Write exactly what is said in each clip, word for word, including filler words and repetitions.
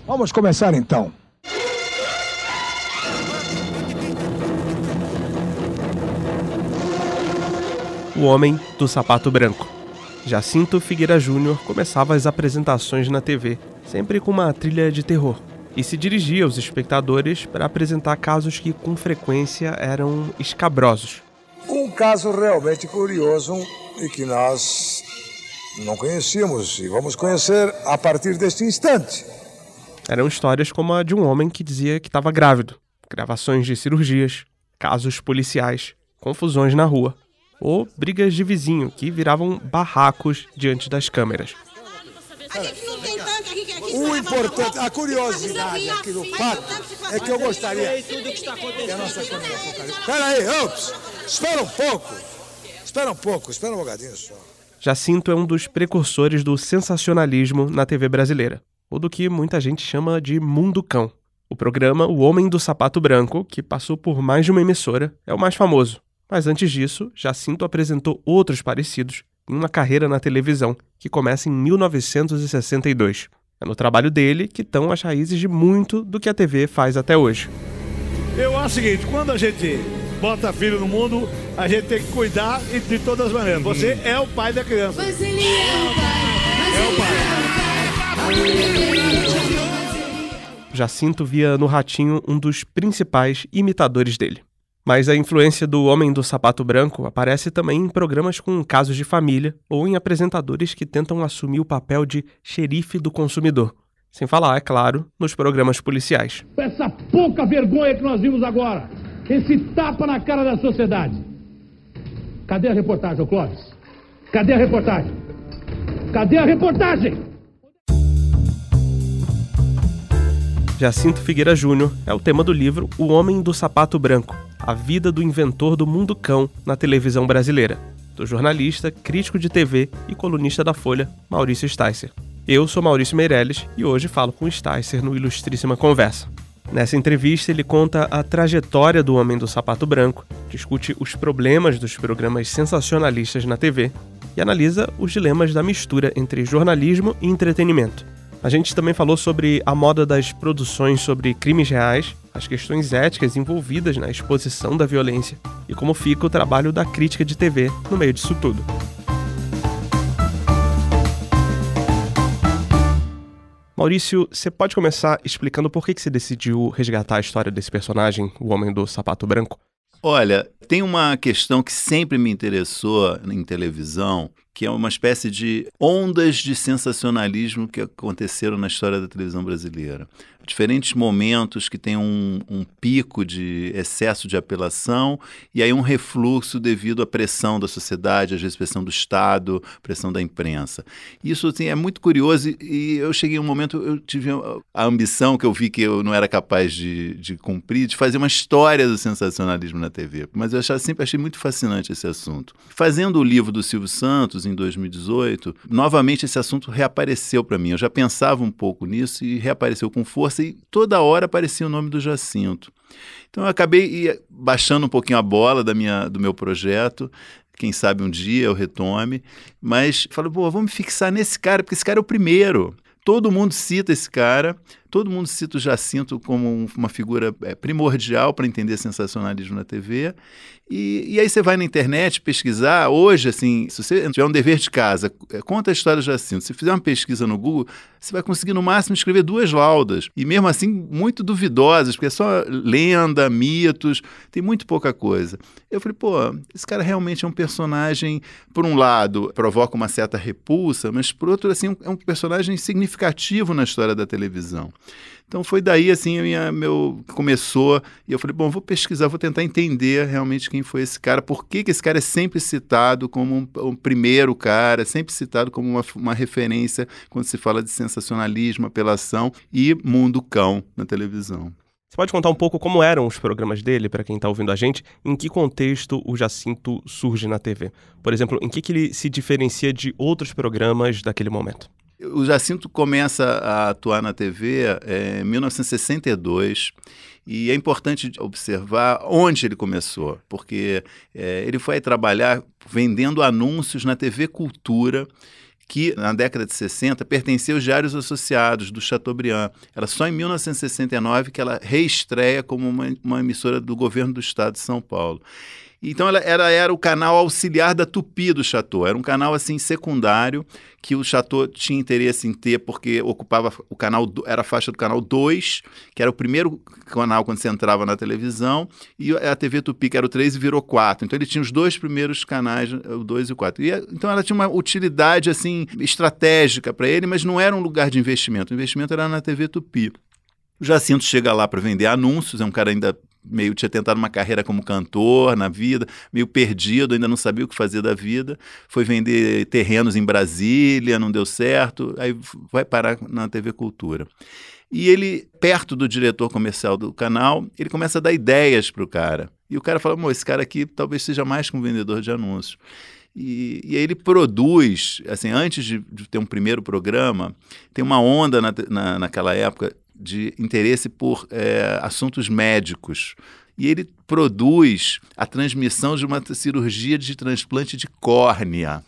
Vamos começar então. O Homem do Sapato Branco. Jacinto Figueira Júnior começava as apresentações na T V, sempre com uma trilha de terror, e se dirigia aos espectadores para apresentar casos que, com frequência, eram escabrosos. Um caso realmente curioso e que nós não conhecíamos e vamos conhecer a partir deste instante. Eram histórias como a de um homem que dizia que estava grávido, gravações de cirurgias, casos policiais, confusões na rua, ou brigas de vizinho que viravam barracos diante das câmeras. O importante, a curiosidade aqui do fato é que eu gostaria... Espera aí, ops, espera um pouco, espera um pouco, espera um bocadinho só. Jacinto é um dos precursores do sensacionalismo na T V brasileira, ou do que muita gente chama de Mundo Cão. O programa O Homem do Sapato Branco, que passou por mais de uma emissora, é o mais famoso. Mas antes disso, Jacinto apresentou outros parecidos em uma carreira na televisão que começa em mil novecentos e sessenta e dois. É no trabalho dele que estão as raízes de muito do que a T V faz até hoje. Eu acho o seguinte, quando a gente bota filho no mundo, a gente tem que cuidar e de todas as maneiras. Você hum. é o pai da criança. Mas ele é o pai. É o pai. Jacinto via no Ratinho um dos principais imitadores dele. Mas a influência do Homem do Sapato Branco aparece também em programas com casos de família ou em apresentadores que tentam assumir o papel de xerife do consumidor. Sem falar, é claro, nos programas policiais. Essa pouca vergonha que nós vimos agora, esse tapa na cara da sociedade. Cadê a reportagem, ô Clóvis? Cadê a reportagem? Cadê a reportagem? Jacinto Figueira Júnior é o tema do livro O Homem do Sapato Branco, a vida do inventor do mundo cão na televisão brasileira, do jornalista, crítico de T V e colunista da Folha, Maurício Sticer. Eu sou Maurício Meirelles e hoje falo com Sticer no Ilustríssima Conversa. Nessa entrevista ele conta a trajetória do Homem do Sapato Branco, discute os problemas dos programas sensacionalistas na T V e analisa os dilemas da mistura entre jornalismo e entretenimento. A gente também falou sobre a moda das produções sobre crimes reais, as questões éticas envolvidas na exposição da violência e como fica o trabalho da crítica de T V no meio disso tudo. Maurício, você pode começar explicando por que você decidiu resgatar a história desse personagem, o Homem do Sapato Branco? Olha, tem uma questão que sempre me interessou em televisão, que é uma espécie de ondas de sensacionalismo que aconteceram na história da televisão brasileira. Diferentes momentos que tem um, um pico de excesso de apelação e aí um refluxo devido à pressão da sociedade, às vezes pressão do Estado, pressão da imprensa. Isso assim, é muito curioso e eu cheguei em um momento, eu tive a ambição que eu vi que eu não era capaz de, de cumprir, de fazer uma história do sensacionalismo na T V. Mas eu achava, sempre achei muito fascinante esse assunto. Fazendo o livro do Silvio Santos, em dois mil e dezoito, novamente esse assunto reapareceu para mim. Eu já pensava um pouco nisso e reapareceu com força e toda hora aparecia o nome do Jacinto. Então eu acabei baixando um pouquinho a bola da minha, do meu projeto. Quem sabe um dia eu retome. Mas falei, pô, vamos fixar nesse cara, porque esse cara é o primeiro. Todo mundo cita esse cara, todo mundo cita o Jacinto como uma figura primordial para entender sensacionalismo na T V. E, e aí você vai na internet pesquisar. Hoje, assim, se você tiver um dever de casa, conta a história do Jacinto. Se fizer uma pesquisa no Google, você vai conseguir no máximo escrever duas laudas. E mesmo assim, muito duvidosas, porque é só lenda, mitos, tem muito pouca coisa. Eu falei, pô, esse cara realmente é um personagem, por um lado, provoca uma certa repulsa, mas por outro, assim, é um personagem significativo na história da televisão. Então foi daí assim a minha, meu começou e eu falei, bom, vou pesquisar, vou tentar entender realmente quem foi esse cara, por que que esse cara é sempre citado como um, um primeiro cara, sempre citado como uma, uma referência quando se fala de sensacionalismo, apelação e mundo cão na televisão. Você pode contar um pouco como eram os programas dele, para quem está ouvindo a gente, em que contexto o Jacinto surge na T V? Por exemplo, em que, que ele se diferencia de outros programas daquele momento? O Jacinto começa a atuar na T V é, em mil novecentos e sessenta e dois e é importante observar onde ele começou, porque é, ele foi trabalhar vendendo anúncios na T V Cultura, que na década de sessenta pertencia aos Diários Associados do Chateaubriand. Era só em mil novecentos e sessenta e nove que ela reestreia como uma, uma emissora do governo do estado de São Paulo. Então ela era, era o canal auxiliar da Tupi do Chateau, era um canal assim secundário que o Chateau tinha interesse em ter porque ocupava o canal, era a faixa do canal dois, que era o primeiro canal quando você entrava na televisão, e a T V Tupi, que era o três, e virou quatro. Então ele tinha os dois primeiros canais, o dois e o quatro. E, então ela tinha uma utilidade assim estratégica para ele, mas não era um lugar de investimento. O investimento era na T V Tupi. O Jacinto chega lá para vender anúncios, é um cara ainda meio tinha tentado uma carreira como cantor na vida, meio perdido, ainda não sabia o que fazer da vida, foi vender terrenos em Brasília, não deu certo, aí vai parar na T V Cultura. E ele, perto do diretor comercial do canal, ele começa a dar ideias para o cara. E o cara fala, esse cara aqui talvez seja mais que um vendedor de anúncios. E, e aí ele produz, assim, antes de, de ter um primeiro programa, tem uma onda na, na, naquela época de interesse por é, assuntos médicos. E ele produz a transmissão de uma cirurgia de transplante de córnea.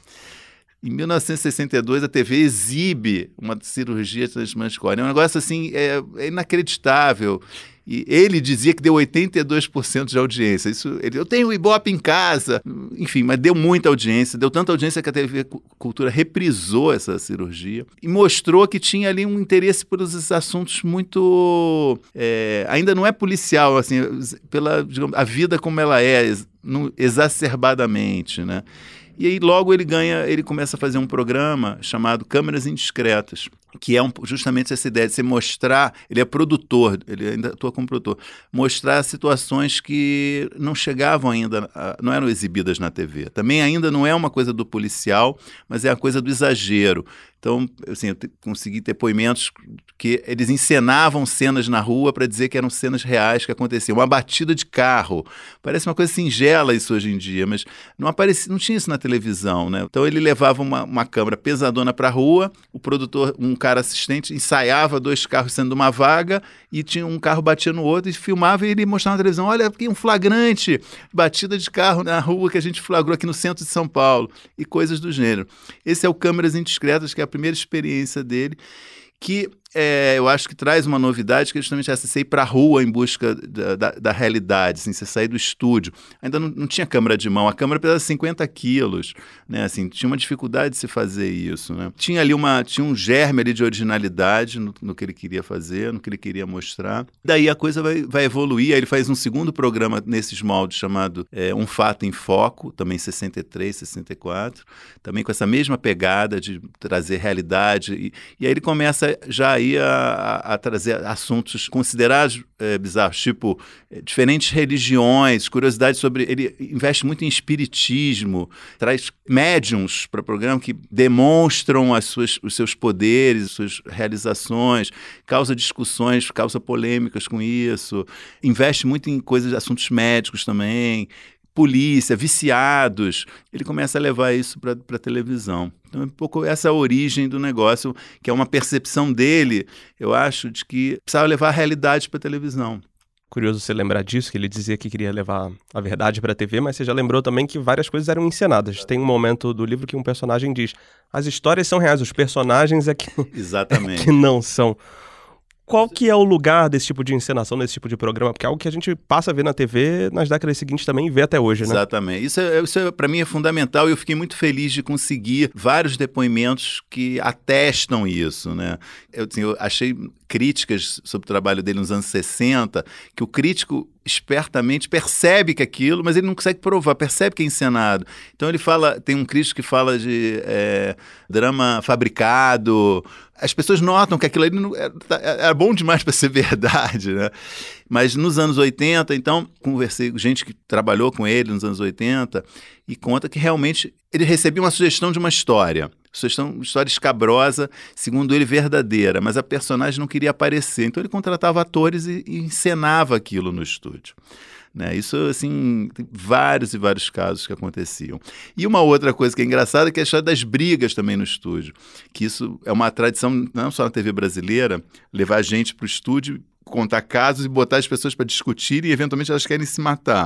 Em mil novecentos e sessenta e dois, a T V exibe uma cirurgia de transplante de córnea. É um negócio assim, é, é inacreditável. E ele dizia que deu oitenta e dois por cento de audiência. Isso, ele, eu tenho o Ibope em casa. Enfim, mas deu muita audiência. Deu tanta audiência que a T V Cultura reprisou essa cirurgia e mostrou que tinha ali um interesse por esses assuntos muito... É, ainda não é policial, assim, pela, digamos, a vida como ela é, no, exacerbadamente, né? E aí logo ele ganha, ele começa a fazer um programa chamado Câmeras Indiscretas, que é um, justamente essa ideia de você mostrar, ele é produtor, ele ainda atua como produtor, mostrar situações que não chegavam ainda, a, não eram exibidas na T V. Também ainda não é uma coisa do policial, mas é a coisa do exagero. Então, assim, eu te, consegui depoimentos que eles encenavam cenas na rua para dizer que eram cenas reais que aconteciam. Uma batida de carro. Parece uma coisa singela isso hoje em dia, mas não, aparecia, não tinha isso na televisão, né? Então ele levava uma, uma câmera pesadona para a rua, o produtor, um cara assistente, ensaiava dois carros sendo uma vaga e tinha um carro batia no outro e filmava e ele mostrava na televisão, olha aqui um flagrante, batida de carro na rua que a gente flagrou aqui no centro de São Paulo e coisas do gênero. Esse é o Câmeras Indiscretas, que é a primeira experiência dele, que é, eu acho que traz uma novidade, que é justamente essa, você ir para a rua em busca da, da, da realidade, assim, você sair do estúdio. Ainda não, não tinha câmera de mão, a câmera pesava cinquenta quilos, né, assim, tinha uma dificuldade de se fazer isso, né. Tinha ali uma, tinha um germe ali de originalidade no, no que ele queria fazer, no que ele queria mostrar. Daí a coisa vai, vai evoluir, aí ele faz um segundo programa nesses moldes chamado é, Um Fato em Foco, também em sessenta e três, sessenta e quatro, também com essa mesma pegada de trazer realidade, e, e aí ele começa já aí a, a, a trazer assuntos considerados é, bizarros, tipo é, diferentes religiões, curiosidades sobre... Ele investe muito em espiritismo, traz médiums para o programa que demonstram as suas, os seus poderes, as suas realizações, causa discussões, causa polêmicas com isso, investe muito em coisas, assuntos médicos também, polícia, viciados, ele começa a levar isso para a televisão. Então, é um pouco essa origem do negócio, que é uma percepção dele, eu acho, de que precisava levar a realidade para a televisão. Curioso você lembrar disso, que ele dizia que queria levar a verdade para a T V, mas você já lembrou também que várias coisas eram encenadas. Tem um momento do livro que um personagem diz, as histórias são reais, os personagens é que, Exatamente. é que não são. Qual que é o lugar desse tipo de encenação, desse tipo de programa? Porque é algo que a gente passa a ver na T V nas décadas seguintes também e vê até hoje, né? Exatamente. Isso, é, isso é, para mim é fundamental e eu fiquei muito feliz de conseguir vários depoimentos que atestam isso, né? Eu, assim, eu achei críticas sobre o trabalho dele nos anos sessenta, que o crítico espertamente percebe que aquilo, mas ele não consegue provar, percebe que é encenado. Então ele fala, tem um crítico que fala de é, drama fabricado. As pessoas notam que aquilo ali não, era, era bom demais para ser verdade, né? Mas nos anos oitenta, então, conversei com gente que trabalhou com ele nos anos oitenta e conta que realmente ele recebia uma sugestão de uma história. Sugestão, uma história escabrosa, segundo ele, verdadeira, mas a personagem não queria aparecer. Então ele contratava atores e, e encenava aquilo no estúdio. Né? Isso, assim, tem vários e vários casos que aconteciam. E uma outra coisa que é engraçada é que é a história das brigas também no estúdio. Que isso é uma tradição, não só na T V brasileira, levar gente para o estúdio, contar casos e botar as pessoas para discutirem e eventualmente elas querem se matar.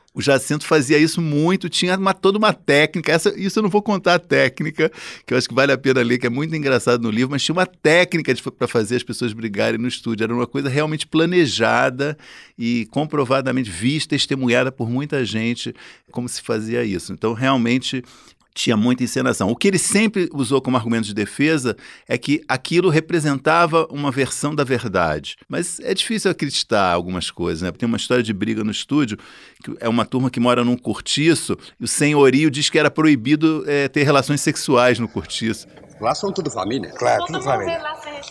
O Jacinto fazia isso muito, tinha uma, toda uma técnica, essa, isso eu não vou contar a técnica, que eu acho que vale a pena ler, que é muito engraçado no livro, mas tinha uma técnica para fazer as pessoas brigarem no estúdio, era uma coisa realmente planejada e comprovadamente vista, testemunhada por muita gente, como se fazia isso. Então, realmente, tinha muita encenação. O que ele sempre usou como argumento de defesa é que aquilo representava uma versão da verdade. Mas é difícil acreditar algumas coisas, né? Tem uma história de briga no estúdio, que é uma turma que mora num cortiço, e o senhorio diz que era proibido é, ter relações sexuais no cortiço. Lá são tudo família. Claro, tudo família.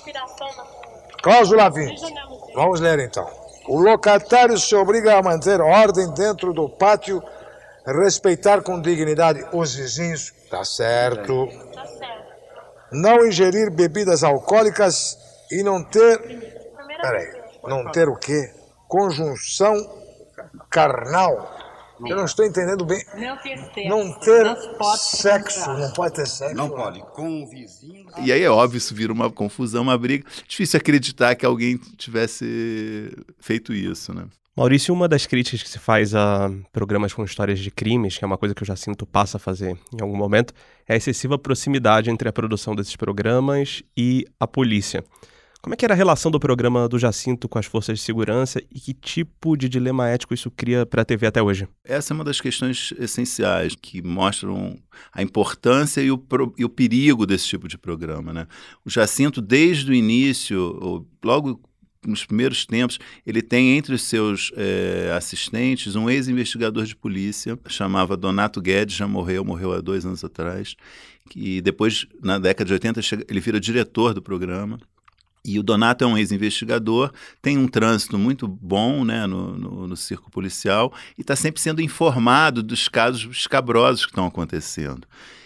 Cláusula vinte. Vamos ler então. O locatário se obriga a manter ordem dentro do pátio, respeitar com dignidade os vizinhos, tá certo. Tá certo. Não ingerir bebidas alcoólicas e não ter... Peraí, não ter o quê? Conjunção carnal. Eu não estou entendendo bem. Não ter sexo. Não ter sexo. Não pode ter sexo. Não pode. Com o vizinho... E aí é óbvio, isso vira uma confusão, uma briga. Difícil acreditar que alguém tivesse feito isso, né? Maurício, uma das críticas que se faz a programas com histórias de crimes, que é uma coisa que o Jacinto passa a fazer em algum momento, é a excessiva proximidade entre a produção desses programas e a polícia. Como é que era a relação do programa do Jacinto com as forças de segurança e que tipo de dilema ético isso cria para a T V até hoje? Essa é uma das questões essenciais que mostram a importância e o, pro, e o perigo desse tipo de programa, né? O Jacinto, desde o início, logo nos primeiros tempos, ele tem entre os seus é, assistentes um ex-investigador de polícia, chamava Donato Guedes, já morreu, morreu há dois anos atrás, que depois, na década de oitenta, ele vira diretor do programa. E o Donato é um ex-investigador, tem um trânsito muito bom, né, no, no, no circo policial e está sempre sendo informado dos casos escabrosos que estão acontecendo.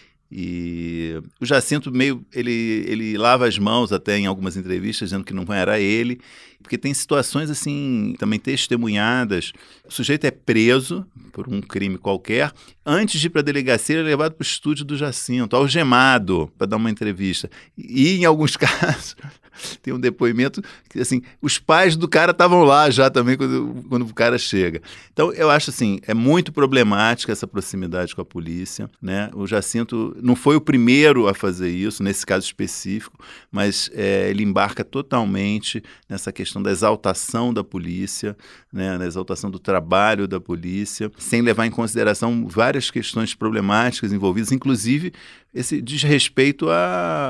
E o Jacinto meio, ele, ele lava as mãos até em algumas entrevistas, dizendo que não era ele, porque tem situações assim, também testemunhadas. O sujeito é preso por um crime qualquer, antes de ir para a delegacia, ele é levado para o estúdio do Jacinto, algemado, para dar uma entrevista. E em alguns casos... Tem um depoimento que, assim, os pais do cara estavam lá já também quando, quando o cara chega. Então, eu acho, assim, é muito problemática essa proximidade com a polícia, né? O Jacinto não foi o primeiro a fazer isso, nesse caso específico, mas é, ele embarca totalmente nessa questão da exaltação da polícia, né? Na exaltação do trabalho da polícia, sem levar em consideração várias questões problemáticas envolvidas, inclusive esse desrespeito a,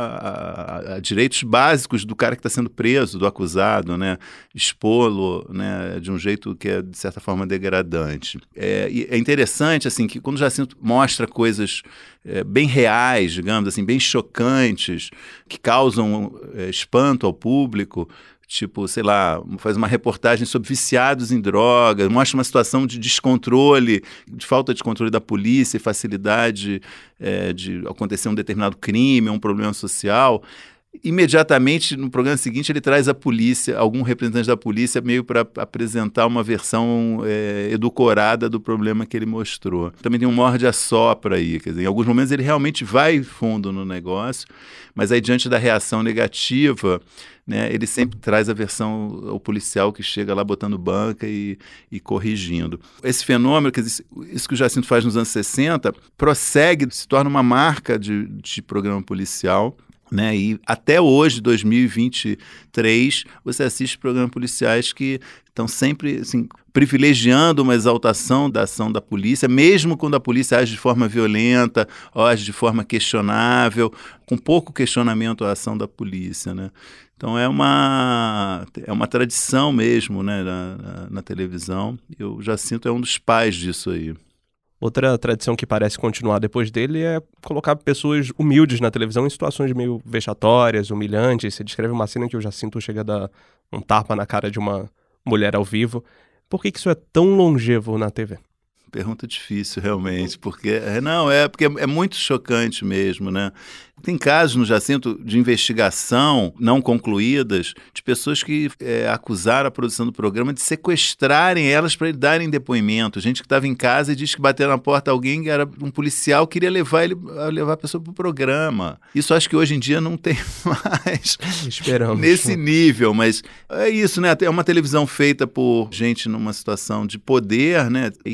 a, a direitos básicos do cara que está sendo preso, do acusado, né? Expô-lo, né, de um jeito que é, de certa forma, degradante. É, e é interessante, assim, que quando o Jacinto mostra coisas é, bem reais, digamos assim, bem chocantes, que causam é, espanto ao público, tipo, sei lá, faz uma reportagem sobre viciados em drogas, mostra uma situação de descontrole, de falta de controle da polícia e facilidade é, de acontecer um determinado crime, um problema social. Imediatamente, no programa seguinte, ele traz a polícia, algum representante da polícia, meio para apresentar uma versão é, edulcorada do problema que ele mostrou. Também tem um morde-a-sopra aí, quer dizer, em alguns momentos ele realmente vai fundo no negócio, mas aí diante da reação negativa, né, ele sempre traz a versão o policial que chega lá botando banca e, e corrigindo. Esse fenômeno, quer dizer, isso que o Jacinto faz nos anos sessenta, prossegue, se torna uma marca de, de programa policial, né? E até hoje, dois mil e vinte e três, você assiste programas policiais que estão sempre assim, privilegiando uma exaltação da ação da polícia, mesmo quando a polícia age de forma violenta, ou age de forma questionável, com pouco questionamento à ação da polícia, né? Então é uma, é uma tradição mesmo, né, na, na, na televisão, e o Jacinto é um dos pais disso aí. Outra tradição que parece continuar depois dele é colocar pessoas humildes na televisão em situações meio vexatórias, humilhantes. Você descreve uma cena em que o Jacinto chega a dar um tapa na cara de uma mulher ao vivo. Por que que isso é tão longevo na T V? Pergunta difícil, realmente, porque não, é porque é muito chocante mesmo, né? Tem casos no Jacinto de investigação não concluídas de pessoas que é, acusaram a produção do programa de sequestrarem elas para darem depoimento. Gente que estava em casa e diz que bateu na porta alguém que era um policial queria levar ele levar a pessoa para o programa. Isso acho que hoje em dia não tem mais. Esperamos. Nesse nível, mas é isso, né? É uma televisão feita por gente numa situação de poder, né? E que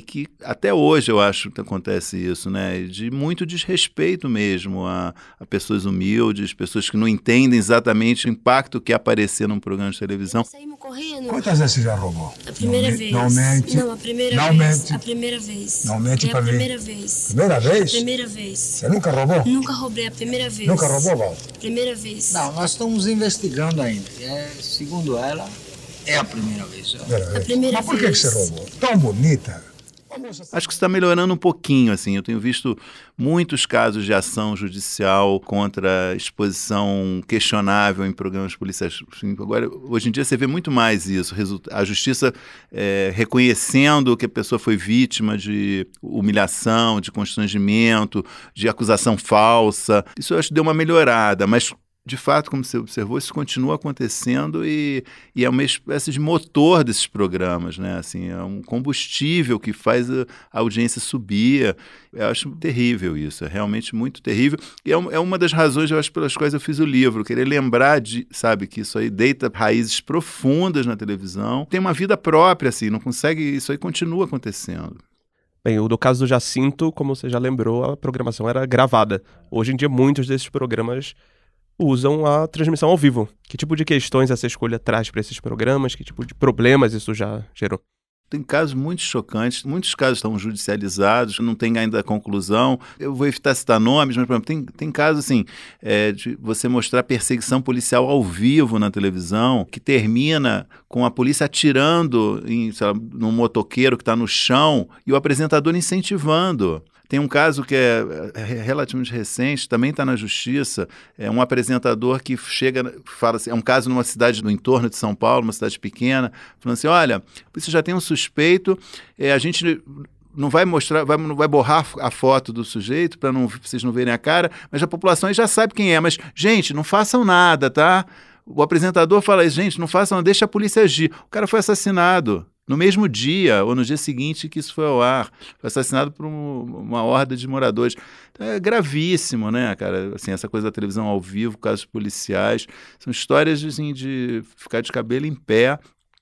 até hoje eu acho que acontece isso, né? De muito desrespeito mesmo a, a pessoas humildes, pessoas que não entendem exatamente o impacto que é aparecer num programa de televisão. Saímos correndo. Quantas vezes você já roubou? A primeira não, vez. Não mente. Não, a primeira não vez. Mente. A primeira vez. Não mente é pra a mim. primeira vez. Primeira vez? Primeira vez. Você nunca roubou? Nunca roubei, a primeira vez. Nunca roubou, Val? Primeira vez. Não, nós estamos investigando ainda. É, segundo ela, é a primeira vez. A primeira Mas por que, que vez. você roubou? Tão bonita. Acho que está melhorando um pouquinho, assim. Eu tenho visto muitos casos de ação judicial contra exposição questionável em programas policiais. Agora, hoje em dia, você vê muito mais isso. A justiça é, reconhecendo que a pessoa foi vítima de humilhação, de constrangimento, de acusação falsa. Isso eu acho que deu uma melhorada, mas... De fato, como você observou, isso continua acontecendo e, e é uma espécie de motor desses programas, né? Assim, é um combustível que faz a, a audiência subir. Eu acho terrível isso, é realmente muito terrível. E é, é uma das razões, eu acho, pelas quais eu fiz o livro, querer lembrar de, sabe, que isso aí deita raízes profundas na televisão, tem uma vida própria, assim, não consegue, isso aí continua acontecendo. Bem, no caso do Jacinto, como você já lembrou, a programação era gravada. Hoje em dia, muitos desses programas usam a transmissão ao vivo. Que tipo de questões essa escolha traz para esses programas? Que tipo de problemas isso já gerou? Tem casos muito chocantes, muitos casos estão judicializados, não tem ainda a conclusão. Eu vou evitar citar nomes, mas, por exemplo, tem, tem casos assim, é, de você mostrar perseguição policial ao vivo na televisão, que termina com a polícia atirando em, sei lá, num motoqueiro que está no chão e o apresentador incentivando. Tem um caso que é relativamente recente, também está na justiça, é um apresentador que chega, fala assim, é um caso numa cidade no entorno de São Paulo, uma cidade pequena, falando assim, olha, você já tem um suspeito, é, a gente não vai mostrar, vai, não vai borrar a foto do sujeito para não, vocês não verem a cara, mas a população já sabe quem é, mas, gente, não façam nada, tá? O apresentador fala isso, gente, não façam nada, deixa a polícia agir. O cara foi assassinado. No mesmo dia, ou no dia seguinte que isso foi ao ar, foi assassinado por um, uma horda de moradores. Então, é gravíssimo, né, cara? Assim, essa coisa da televisão ao vivo, casos policiais, são histórias assim, de ficar de cabelo em pé.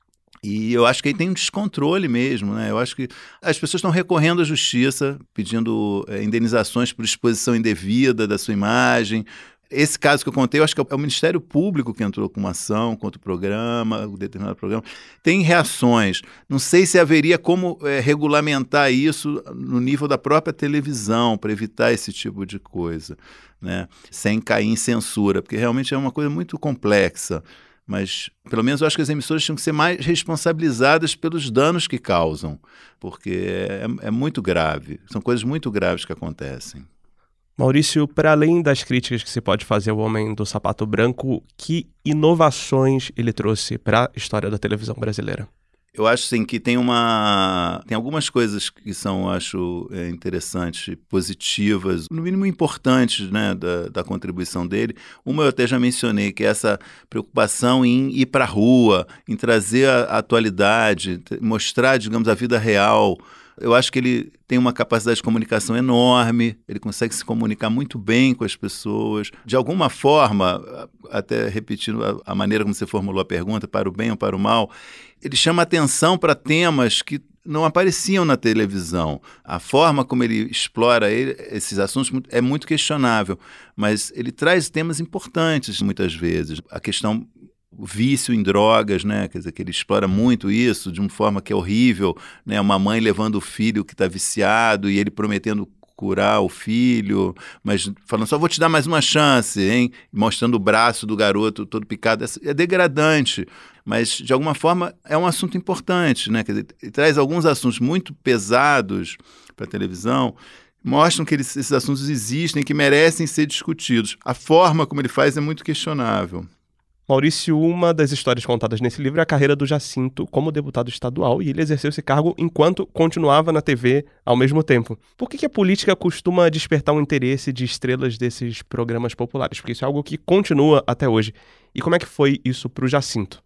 E eu acho que aí tem um descontrole mesmo, né? Eu acho que as pessoas estão recorrendo à justiça, pedindo é, indenizações por exposição indevida da sua imagem. Esse caso que eu contei, eu acho que é o Ministério Público que entrou com uma ação contra o programa, o determinado programa. Tem reações. Não sei se haveria como é, regulamentar isso no nível da própria televisão, para evitar esse tipo de coisa, né? Sem cair em censura, porque realmente é uma coisa muito complexa. Mas, pelo menos, eu acho que as emissoras tinham que ser mais responsabilizadas pelos danos que causam, porque é, é muito grave. São coisas muito graves que acontecem. Maurício, para além das críticas que se pode fazer ao Homem do Sapato Branco, que inovações ele trouxe para a história da televisão brasileira? Eu acho sim que tem uma tem algumas coisas que são, acho, é, interessantes, positivas, no mínimo importantes, né, da, da contribuição dele. Uma eu até já mencionei, que é essa preocupação em ir para a rua, em trazer a, a atualidade, mostrar, digamos, a vida real. Eu acho que ele tem uma capacidade de comunicação enorme, ele consegue se comunicar muito bem com as pessoas. De alguma forma, até repetindo a, a maneira como você formulou a pergunta, para o bem ou para o mal, ele chama atenção para temas que não apareciam na televisão. A forma como ele explora ele, esses assuntos é muito questionável, mas ele traz temas importantes muitas vezes. A questão... o vício em drogas, né? Quer dizer, que ele explora muito isso de uma forma que é horrível, né? Uma mãe levando o filho que está viciado e ele prometendo curar o filho, mas falando, só vou te dar mais uma chance, hein? Mostrando o braço do garoto todo picado. É degradante, mas de alguma forma é um assunto importante, né? Quer dizer, ele traz alguns assuntos muito pesados para a televisão, mostram que eles, esses assuntos existem, que merecem ser discutidos. A forma como ele faz é muito questionável. Maurício, uma das histórias contadas nesse livro é a carreira do Jacinto como deputado estadual, e ele exerceu esse cargo enquanto continuava na T V ao mesmo tempo. Por que que a política costuma despertar o interesse de estrelas desses programas populares? Porque isso é algo que continua até hoje. E como é que foi isso para o Jacinto?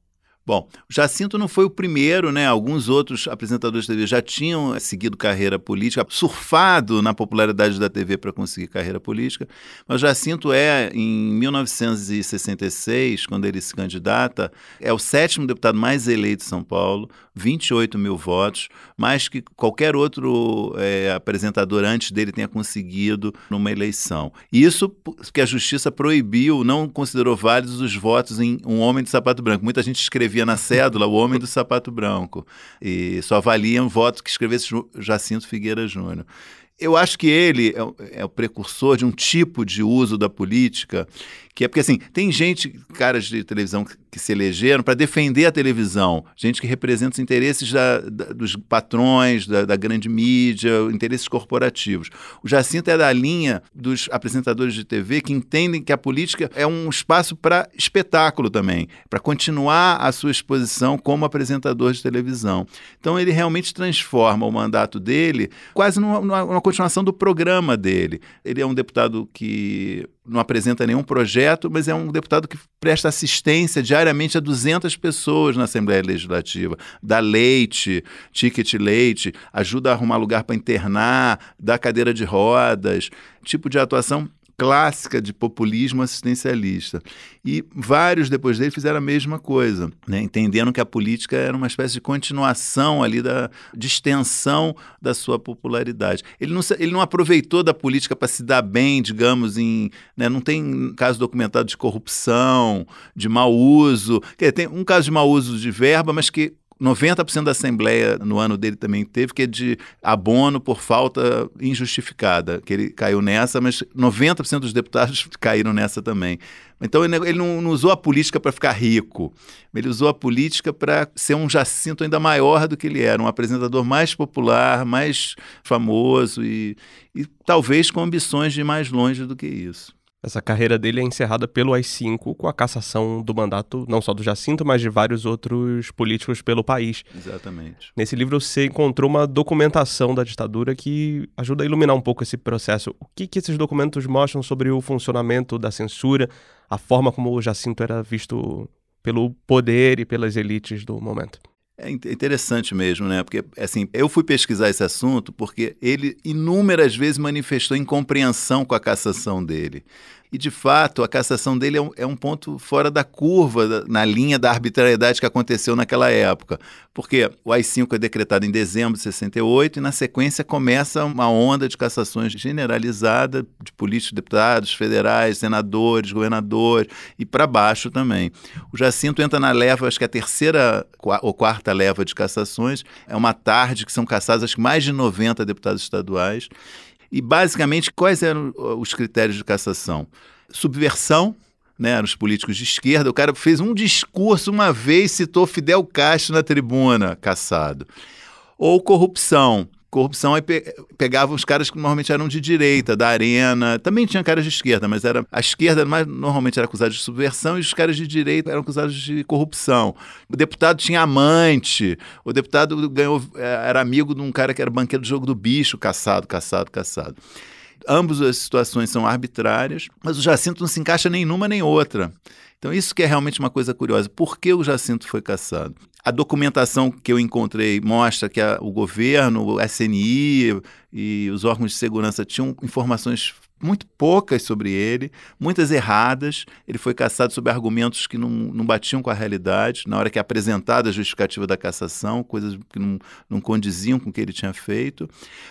Bom, o Jacinto não foi o primeiro, né? Alguns outros apresentadores de T V já tinham seguido carreira política, surfado na popularidade da T V para conseguir carreira política, mas o Jacinto é, em mil novecentos e sessenta e seis, quando ele se candidata, é o sétimo deputado mais eleito de São Paulo, vinte e oito mil votos, mais que qualquer outro é, apresentador antes dele tenha conseguido numa eleição. Isso porque a justiça proibiu, não considerou válidos os votos em um homem de sapato branco. Muita gente escrevia na cédula o homem do sapato branco e só avaliam voto que escrevesse Jacinto Figueira Júnior. Eu acho que ele é o, é o precursor de um tipo de uso da política que é porque, assim, tem gente, caras de televisão que, que se elegeram para defender a televisão, gente que representa os interesses da, da, dos patrões, da, da grande mídia, interesses corporativos. O Jacinto é da linha dos apresentadores de T V que entendem que a política é um espaço para espetáculo também, para continuar a sua exposição como apresentador de televisão. Então, ele realmente transforma o mandato dele quase numa, numa continuação do programa dele. Ele é um deputado que não apresenta nenhum projeto, mas é um deputado que presta assistência diariamente a duzentas pessoas na Assembleia Legislativa, dá leite, ticket leite, ajuda a arrumar lugar para internar, dá cadeira de rodas, tipo de atuação clássica de populismo assistencialista. E vários depois dele fizeram a mesma coisa, né? Entendendo que a política era uma espécie de continuação ali, da, de extensão da sua popularidade. Ele não, ele não aproveitou da política para se dar bem, digamos, em, né? Não tem caso documentado de corrupção, de mau uso. Quer dizer, tem um caso de mau uso de verba, mas que noventa por cento da Assembleia no ano dele também teve, que é de abono por falta injustificada, que ele caiu nessa, mas noventa por cento dos deputados caíram nessa também. Então ele, ele não, não usou a política para ficar rico, ele usou a política para ser um Jacinto ainda maior do que ele era, um apresentador mais popular, mais famoso e, e talvez com ambições de ir mais longe do que isso. Essa carreira dele é encerrada pelo A I cinco com a cassação do mandato, não só do Jacinto, mas de vários outros políticos pelo país. Exatamente. Nesse livro você encontrou uma documentação da ditadura que ajuda a iluminar um pouco esse processo. O que, que esses documentos mostram sobre o funcionamento da censura, a forma como o Jacinto era visto pelo poder e pelas elites do momento? É interessante mesmo, né? Porque, assim, eu fui pesquisar esse assunto porque ele inúmeras vezes manifestou incompreensão com a cassação dele. E, de fato, a cassação dele é um, é um ponto fora da curva, da, na linha da arbitrariedade que aconteceu naquela época. Porque o A I cinco é decretado em dezembro de sessenta e oito e, na sequência, começa uma onda de cassações generalizada de políticos, deputados federais, senadores, governadores e para baixo também. O Jacinto entra na leva, acho que é a terceira ou quarta leva de cassações. É uma tarde que são cassados, acho que mais de noventa deputados estaduais. E, basicamente, quais eram os critérios de cassação? Subversão, né, eram os políticos de esquerda. O cara fez um discurso uma vez, citou Fidel Castro na tribuna, cassado. Ou corrupção. Corrupção, aí pe- pegava os caras que normalmente eram de direita, da Arena, também tinha caras de esquerda, mas era, a esquerda mais, normalmente era acusada de subversão e os caras de direita eram acusados de corrupção. O deputado tinha amante, o deputado ganhou, era amigo de um cara que era banqueiro do jogo do bicho, caçado, caçado, caçado. Ambas as situações são arbitrárias, mas o Jacinto não se encaixa nem numa nem outra. Então isso que é realmente uma coisa curiosa. Por que o Jacinto foi cassado? A documentação que eu encontrei mostra que a, o governo, o S N I e os órgãos de segurança tinham informações muito poucas sobre ele, muitas erradas. Ele foi cassado sob argumentos que não, não batiam com a realidade, na hora que é apresentada a justificativa da cassação, coisas que não, não condiziam com o que ele tinha feito.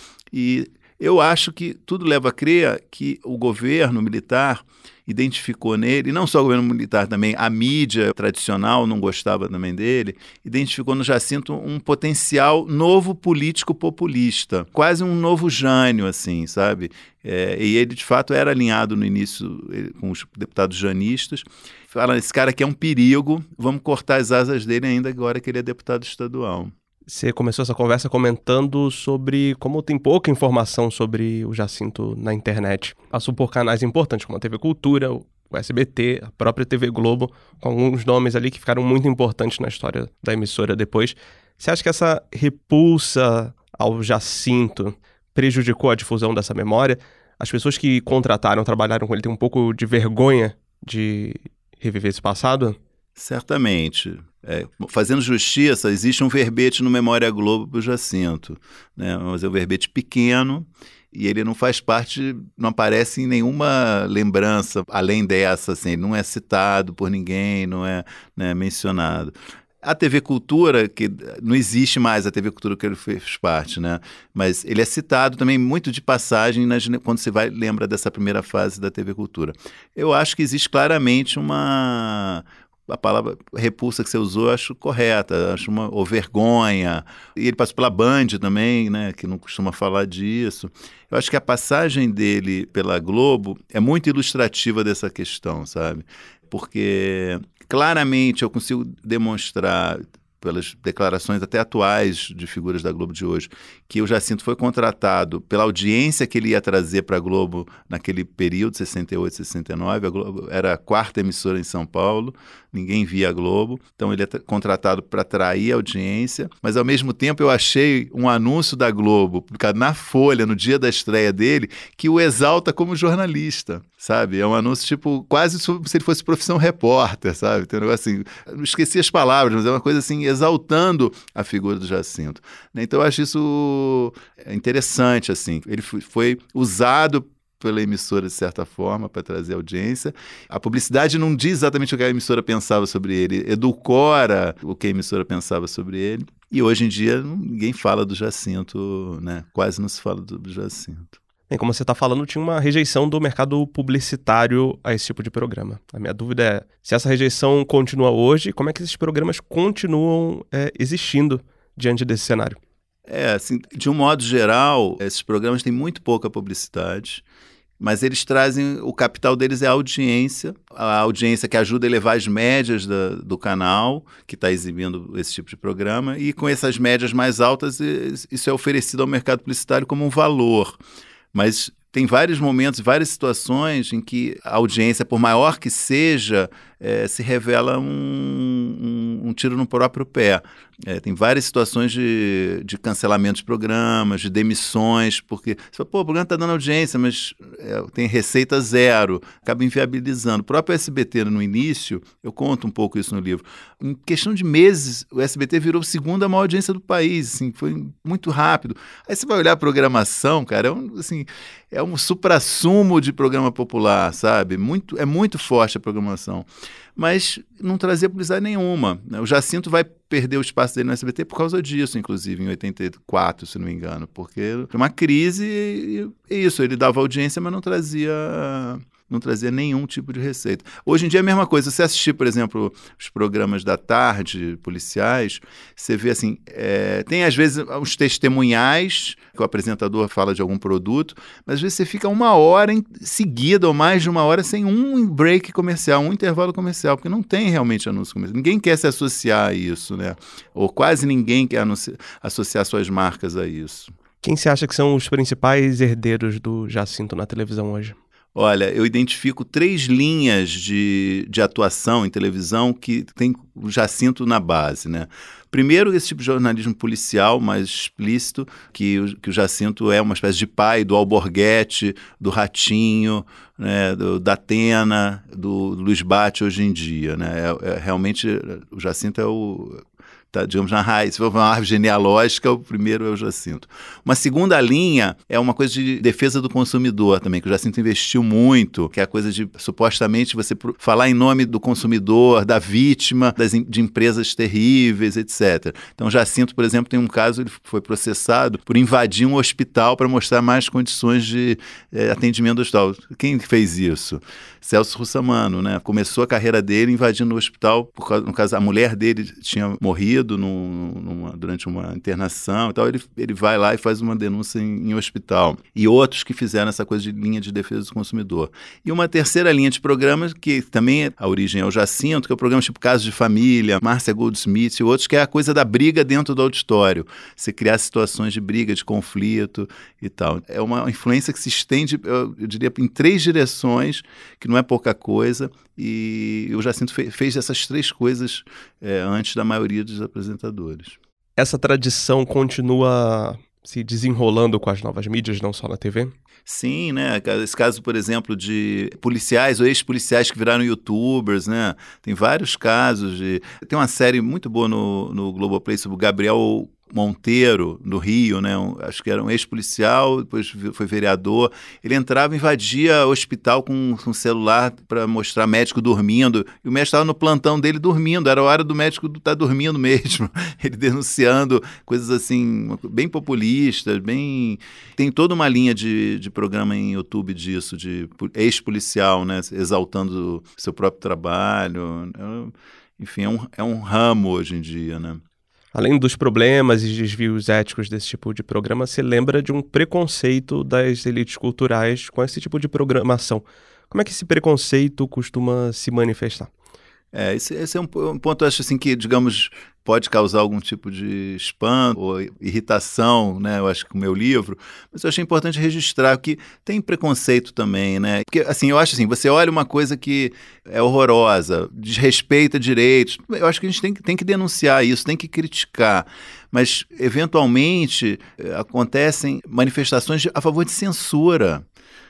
E eu acho que tudo leva a crer que o governo militar identificou nele, e não só o governo militar também, a mídia tradicional não gostava também dele, identificou no Jacinto um potencial novo político populista, quase um novo Jânio, assim, sabe? É, e ele, de fato, era alinhado no início com os deputados janistas. Fala, esse cara aqui é um perigo, vamos cortar as asas dele ainda agora que ele é deputado estadual. Você começou essa conversa comentando sobre como tem pouca informação sobre o Jacinto na internet. Passou por canais importantes como a T V Cultura, o S B T, a própria T V Globo, com alguns nomes ali que ficaram muito importantes na história da emissora depois. Você acha que essa repulsa ao Jacinto prejudicou a difusão dessa memória? As pessoas que contrataram, trabalharam com ele, têm um pouco de vergonha de reviver esse passado? Certamente. É, fazendo justiça, existe um verbete no Memória Globo para o Jacinto, né? Mas é um verbete pequeno e ele não faz parte, não aparece em nenhuma lembrança além dessa, assim, ele não é citado por ninguém, não é, né, mencionado. A T V Cultura, que não existe mais a T V Cultura que ele fez parte, né? Mas ele é citado também muito de passagem nas, quando você vai lembra dessa primeira fase da T V Cultura. Eu acho que existe claramente uma... A palavra repulsa que você usou eu acho correta, acho uma ou vergonha. E ele passou pela Band também, né, que não costuma falar disso. Eu acho que a passagem dele pela Globo é muito ilustrativa dessa questão, sabe? Porque claramente eu consigo demonstrar, pelas declarações até atuais de figuras da Globo de hoje, que o Jacinto foi contratado pela audiência que ele ia trazer para a Globo naquele período, sessenta e oito, sessenta e nove, a Globo era a quarta emissora em São Paulo, ninguém via a Globo, então ele é contratado para atrair a audiência, mas ao mesmo tempo eu achei um anúncio da Globo, publicado na Folha, no dia da estreia dele, que o exalta como jornalista, sabe? É um anúncio tipo, quase como se ele fosse profissão repórter, sabe? Tem um negócio assim, não esqueci as palavras, mas é uma coisa assim, exaltando a figura do Jacinto. Então eu acho isso interessante, assim. Ele foi usado pela emissora de certa forma para trazer audiência. A publicidade não diz exatamente o que a emissora pensava sobre ele, edulcora o que a emissora pensava sobre ele. E hoje em dia ninguém fala do Jacinto, né? Quase não se fala do, do Jacinto. Bem, como você está falando, tinha uma rejeição do mercado publicitário a esse tipo de programa. A minha dúvida é se essa rejeição continua hoje, como é que esses programas continuam é, existindo diante desse cenário? É, assim, de um modo geral, esses programas têm muito pouca publicidade, mas eles trazem, o capital deles é a audiência, a audiência que ajuda a elevar as médias da, do canal, que está exibindo esse tipo de programa, e com essas médias mais altas, isso é oferecido ao mercado publicitário como um valor. Mas tem vários momentos, várias situações em que a audiência, por maior que seja, é, se revela um, um, um tiro no próprio pé. É, tem várias situações de, de cancelamento de programas, de demissões, porque você fala, pô, o programa está dando audiência, mas é, tem receita zero, acaba inviabilizando. O próprio S B T, no início, eu conto um pouco isso no livro, em questão de meses, o S B T virou a segunda maior audiência do país, assim, foi muito rápido. Aí você vai olhar a programação, cara, é um, assim, é um suprassumo de programa popular, sabe? Muito, é muito forte a programação. Mas não trazia publicidade nenhuma. O Jacinto vai perder o espaço dele no S B T por causa disso, inclusive, em oitenta e quatro, se não me engano, porque foi uma crise e é isso, ele dava audiência, mas não trazia... não trazia nenhum tipo de receita. Hoje em dia é a mesma coisa. Você assistir, por exemplo, os programas da tarde, policiais, você vê assim, é, tem às vezes os testemunhais, que o apresentador fala de algum produto, mas às vezes você fica uma hora em seguida, ou mais de uma hora, sem um break comercial, um intervalo comercial, porque não tem realmente anúncio comercial. Ninguém quer se associar a isso, né? Ou quase ninguém quer associar suas marcas a isso. Quem você acha que são os principais herdeiros do Jacinto na televisão hoje? Olha, eu identifico três linhas de, de atuação em televisão que tem o Jacinto na base, né? Primeiro, esse tipo de jornalismo policial mais explícito, que o, que o Jacinto é uma espécie de pai do Alborguete, do Ratinho, né, do, da Atena, do, do Luiz Bate hoje em dia, né? É, é, realmente, o Jacinto é o... Tá, digamos, na raiz, se for uma árvore genealógica, o primeiro é o Jacinto. Uma segunda linha é uma coisa de defesa do consumidor também, que o Jacinto investiu muito, que é a coisa de, supostamente, você falar em nome do consumidor, da vítima, das, de empresas terríveis, etcétera. Então, o Jacinto, por exemplo, tem um caso, ele foi processado por invadir um hospital para mostrar mais condições de é, atendimento do hospital. Quem fez isso? Celso Russomano, né? Começou a carreira dele invadindo o hospital, por causa, no caso, a mulher dele tinha morrido Num, numa, durante uma internação e tal, ele, ele vai lá e faz uma denúncia em, em hospital. E outros que fizeram essa coisa de linha de defesa do consumidor. E uma terceira linha de programas, que também é, a origem é o Jacinto, que é o programa tipo Casos de Família, Márcia Goldsmith e outros, que é a coisa da briga dentro do auditório. Você criar situações de briga, de conflito e tal. É uma influência que se estende, eu, eu diria, em três direções, que não é pouca coisa, e o Jacinto fe- fez essas três coisas é, antes da maioria dos apresentadores. Essa tradição continua se desenrolando com as novas mídias, não só na T V? Sim, né? Esse caso, por exemplo, de policiais ou ex-policiais que viraram youtubers, né? Tem vários casos de... Tem uma série muito boa no, no Globoplay sobre o Gabriel Monteiro, no Rio, né? Um, acho que era um ex-policial, depois foi vereador. Ele entrava, invadia o hospital com um celular para mostrar médico dormindo, e o médico estava no plantão dele dormindo, era a hora do médico estar tá dormindo mesmo. Ele denunciando coisas assim, bem populistas, bem... Tem toda uma linha de, de programa em YouTube disso, de ex-policial, né? Exaltando seu próprio trabalho. Enfim, é um, é um ramo hoje em dia, né? Além dos problemas e desvios éticos desse tipo de programa, se lembra de um preconceito das elites culturais com esse tipo de programação. Como é que esse preconceito costuma se manifestar? É, esse, esse é um, um ponto, eu acho assim, que, digamos, pode causar algum tipo de espanto ou irritação, né? Eu acho que com o meu livro, mas eu achei importante registrar que tem preconceito também, né? Porque, assim, eu acho assim, você olha uma coisa que é horrorosa, desrespeita direitos, eu acho que a gente tem, tem que denunciar isso, tem que criticar, mas, eventualmente, acontecem manifestações a favor de censura.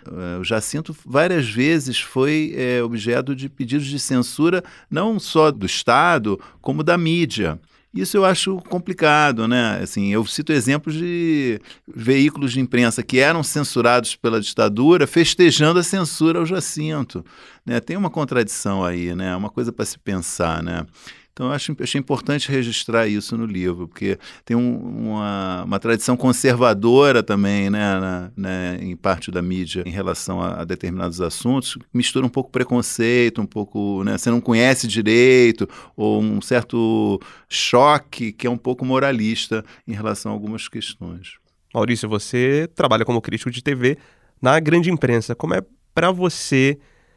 O Jacinto várias vezes foi é, objeto de pedidos de censura, não só do Estado, como da mídia. Isso eu acho complicado, né? Assim, eu cito exemplos de veículos de imprensa que eram censurados pela ditadura, festejando a censura ao Jacinto, né? Tem uma contradição aí, né? Uma coisa para se pensar, né? Então, eu acho, achei importante registrar isso no livro, porque tem um, uma, uma tradição conservadora também, né, na, né, em parte da mídia, em relação a, a determinados assuntos, mistura um pouco preconceito, um pouco, né, você não conhece direito, ou um certo choque que é um pouco moralista em relação a algumas questões. Maurício, você trabalha como crítico de T V na grande imprensa. Como é para você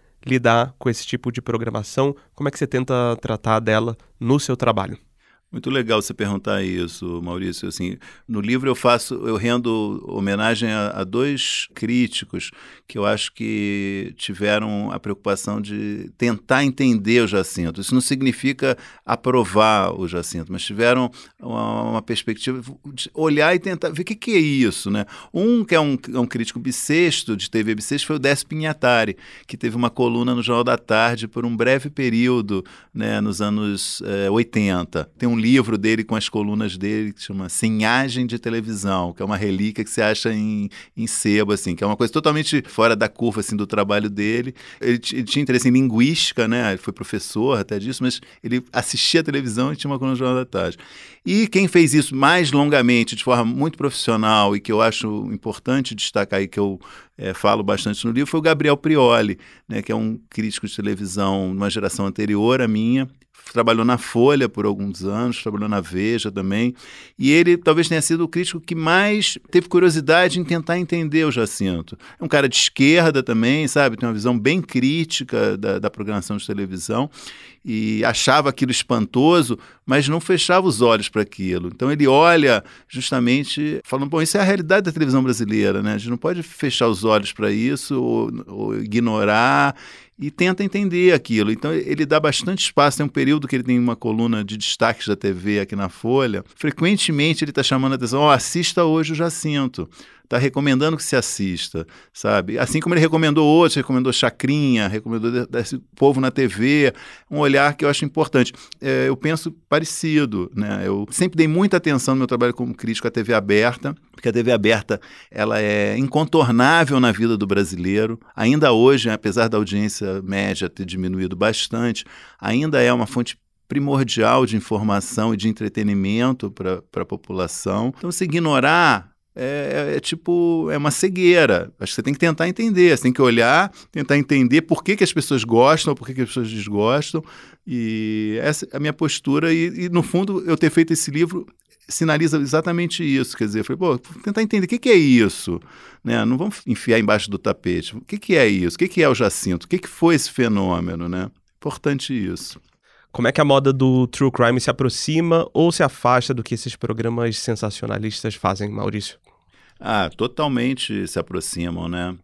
lidar com esse tipo de programação? Como é que você tenta tratar dela no seu trabalho? Muito legal você perguntar isso, Maurício. Assim, no livro eu faço, eu rendo homenagem a, a dois críticos que eu acho que tiveram a preocupação de tentar entender o Jacinto. Isso não significa aprovar o Jacinto, mas tiveram uma, uma perspectiva de olhar e tentar ver o que, que é isso, né? Um que é um, é um crítico bissexto, de T V bissexto, foi o Décio Pinhatari, que teve uma coluna no Jornal da Tarde por um breve período, né, nos anos eh, oitenta. Tem um livro dele com as colunas dele que chama Senhagem de Televisão, que é uma relíquia que você acha em, em sebo, assim, que é uma coisa totalmente fora da curva, assim, do trabalho dele. Ele, t- ele tinha interesse em linguística, né? Ele foi professor até disso, mas ele assistia a televisão e tinha uma coluna no Jornal da Tarde. E quem fez isso mais longamente, de forma muito profissional, e que eu acho importante destacar e que eu é, falo bastante no livro, foi o Gabriel Prioli, né? Que é um crítico de televisão de uma geração anterior à minha. Trabalhou na Folha por alguns anos, trabalhou na Veja também, e ele talvez tenha sido o crítico que mais teve curiosidade em tentar entender o Jacinto. É um cara de esquerda também, sabe? Tem uma visão bem crítica da, da programação de televisão, e achava aquilo espantoso, mas não fechava os olhos para aquilo. Então ele olha justamente falando, bom, isso é a realidade da televisão brasileira, né? A gente não pode fechar os olhos para isso ou, ou ignorar, e tenta entender aquilo. Então ele dá bastante espaço. Tem um período que ele tem uma coluna de destaques da T V aqui na Folha. Frequentemente ele está chamando a atenção, ó, oh, assista hoje o Jacinto. Está recomendando que se assista, sabe? Assim como ele recomendou outros, recomendou Chacrinha, recomendou desse povo na T V, um olhar que eu acho importante. É, eu penso parecido, né? Eu sempre dei muita atenção no meu trabalho como crítico à T V aberta, porque a T V aberta ela é incontornável na vida do brasileiro. Ainda hoje, apesar da audiência média ter diminuído bastante, ainda é uma fonte primordial de informação e de entretenimento para a população. Então, se ignorar É, é, é tipo, é uma cegueira. Acho que você tem que tentar entender, você tem que olhar, tentar entender por que, que as pessoas gostam, por que, que as pessoas desgostam, e essa é a minha postura, e, e no fundo eu ter feito esse livro sinaliza exatamente isso, quer dizer, eu falei, pô, tentar entender o que, que é isso, né? Não vamos enfiar embaixo do tapete, o que, que é isso, o que, que é o Jacinto, o que, que foi esse fenômeno, né? Importante isso. Como é que a moda do true crime se aproxima ou se afasta do que esses programas sensacionalistas fazem, Maurício? Ah, totalmente se aproximam, né?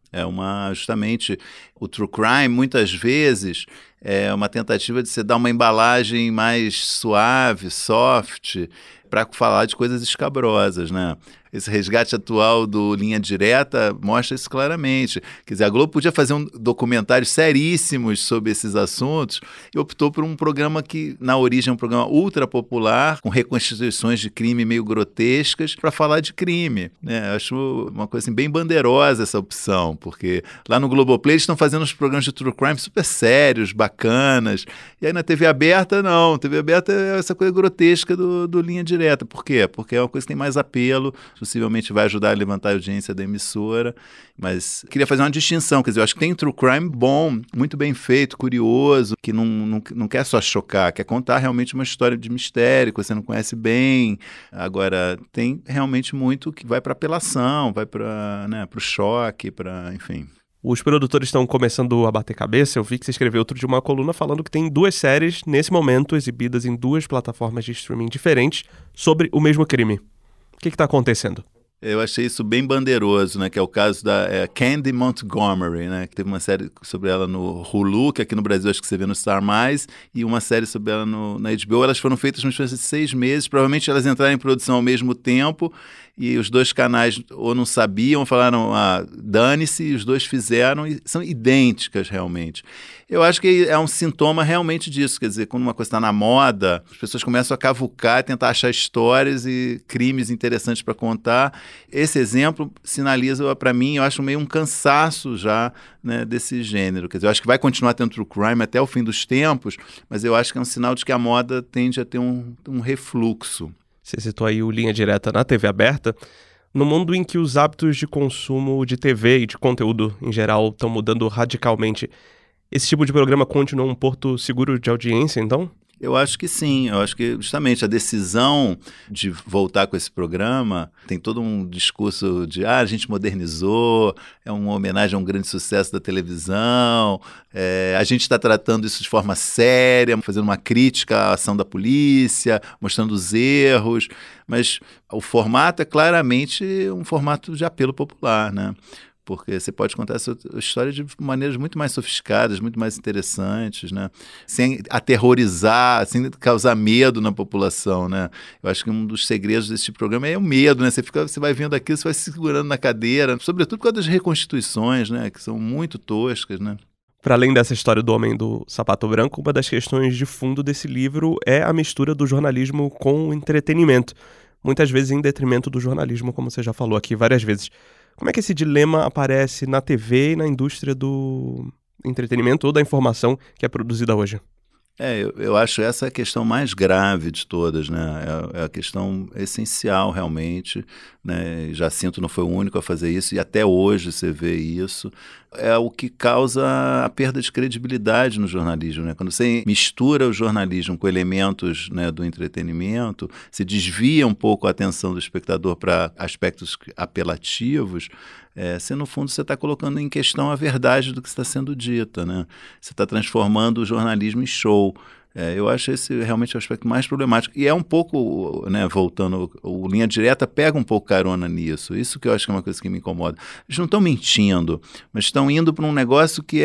É uma, justamente, o true crime, muitas vezes, é uma tentativa de você dar uma embalagem mais suave, soft, para falar de coisas escabrosas, né? Esse resgate atual do Linha Direta mostra isso claramente. Quer dizer, a Globo podia fazer um documentários seríssimos sobre esses assuntos e optou por um programa que, na origem, é um programa ultra popular, com reconstituições de crime meio grotescas, para falar de crime, né? Acho uma coisa assim, bem bandeirosa essa opção, porque lá no Globoplay eles estão fazendo uns programas de true crime super sérios, bacanas, e aí na T V aberta, não. T V aberta é essa coisa grotesca do, do Linha Direta. Por quê? Porque é uma coisa que tem mais apelo, possivelmente vai ajudar a levantar a audiência da emissora, mas queria fazer uma distinção, quer dizer, eu acho que tem true crime bom, muito bem feito, curioso, que não, não, não quer só chocar, quer contar realmente uma história de mistério que você não conhece bem. Agora, tem realmente muito que vai para apelação, vai para, né, para o choque, para, enfim... Os produtores estão começando a bater cabeça. Eu vi que você escreveu outro de uma coluna falando que tem duas séries, nesse momento, exibidas em duas plataformas de streaming diferentes, sobre o mesmo crime. O que está acontecendo? Eu achei isso bem bandeiroso, né? Que é o caso da é, Candy Montgomery, né? Que teve uma série sobre ela no Hulu, que aqui no Brasil acho que você vê no Star Mais, e uma série sobre ela no, na H B O. Elas foram feitas nos de seis meses. Provavelmente elas entraram em produção ao mesmo tempo e os dois canais ou não sabiam, falaram, ah, dane-se, e os dois fizeram e são idênticas realmente. Eu acho que é um sintoma realmente disso, quer dizer, quando uma coisa está na moda, as pessoas começam a cavucar, tentar achar histórias e crimes interessantes para contar. Esse exemplo sinaliza para mim, eu acho meio um cansaço já, né, desse gênero. Quer dizer, eu acho que vai continuar tendo true crime até o fim dos tempos, mas eu acho que é um sinal de que a moda tende a ter um, um refluxo. Você citou aí o Linha Direta na T V aberta. No mundo em que os hábitos de consumo de T V e de conteúdo em geral estão mudando radicalmente, esse tipo de programa continua um porto seguro de audiência, então? Eu acho que sim, eu acho que justamente a decisão de voltar com esse programa tem todo um discurso de ah, a gente modernizou, é uma homenagem a um grande sucesso da televisão, é, a gente está tratando isso de forma séria, fazendo uma crítica à ação da polícia, mostrando os erros, mas o formato é claramente um formato de apelo popular, né? Porque você pode contar essa história de maneiras muito mais sofisticadas, muito mais interessantes, né? Sem aterrorizar, sem causar medo na população, né? Eu acho que um dos segredos desse programa é o medo, né? Você, fica, você vai vendo aquilo, você vai se segurando na cadeira, sobretudo por causa das reconstituições, né? Que são muito toscas, né? Para além dessa história do Homem do Sapato Branco, uma das questões de fundo desse livro é a mistura do jornalismo com o entretenimento, muitas vezes em detrimento do jornalismo, como você já falou aqui várias vezes. Como é que esse dilema aparece na T V e na indústria do entretenimento ou da informação que é produzida hoje? É, eu, eu acho essa a questão mais grave de todas, né? É, é a questão essencial, realmente, né? Jacinto não foi o único a fazer isso, e até hoje você vê isso. É o que causa a perda de credibilidade no jornalismo, né? Quando você mistura o jornalismo com elementos, né, do entretenimento, se desvia um pouco a atenção do espectador para aspectos apelativos, é, você, no fundo, você está colocando em questão a verdade do que está sendo dita, né? Você está transformando o jornalismo em show. É, eu acho esse realmente o aspecto mais problemático. E é um pouco, né, voltando, o Linha Direta pega um pouco carona nisso. Isso que eu acho que é uma coisa que me incomoda. Eles não estão mentindo, mas estão indo para um negócio que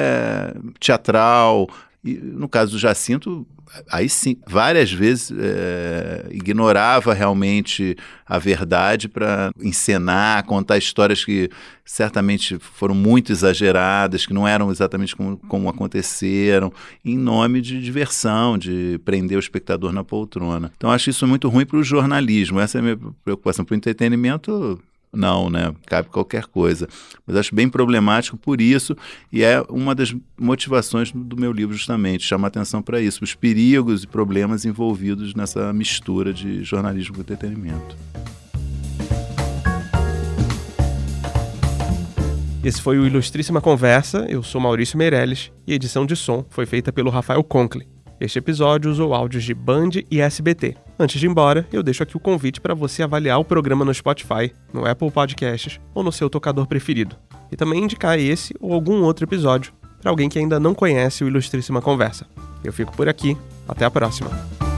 é teatral. E no caso do Jacinto, aí sim, várias vezes é, ignorava realmente a verdade para encenar, contar histórias que certamente foram muito exageradas, que não eram exatamente como, como aconteceram, em nome de diversão, de prender o espectador na poltrona. Então, acho isso muito ruim para o jornalismo. Essa é a minha preocupação. Para o entretenimento, não, né? Cabe qualquer coisa. Mas acho bem problemático por isso, e é uma das motivações do meu livro justamente, chamar atenção para isso, os perigos e problemas envolvidos nessa mistura de jornalismo com entretenimento. Esse foi o Ilustríssima Conversa. Eu sou Maurício Meirelles e a edição de som foi feita pelo Rafael Conkle. Este episódio usou áudios de Band e S B T. Antes de ir embora, eu deixo aqui o convite para você avaliar o programa no Spotify, no Apple Podcasts ou no seu tocador preferido. E também indicar esse ou algum outro episódio para alguém que ainda não conhece o Ilustríssima Conversa. Eu fico por aqui. Até a próxima.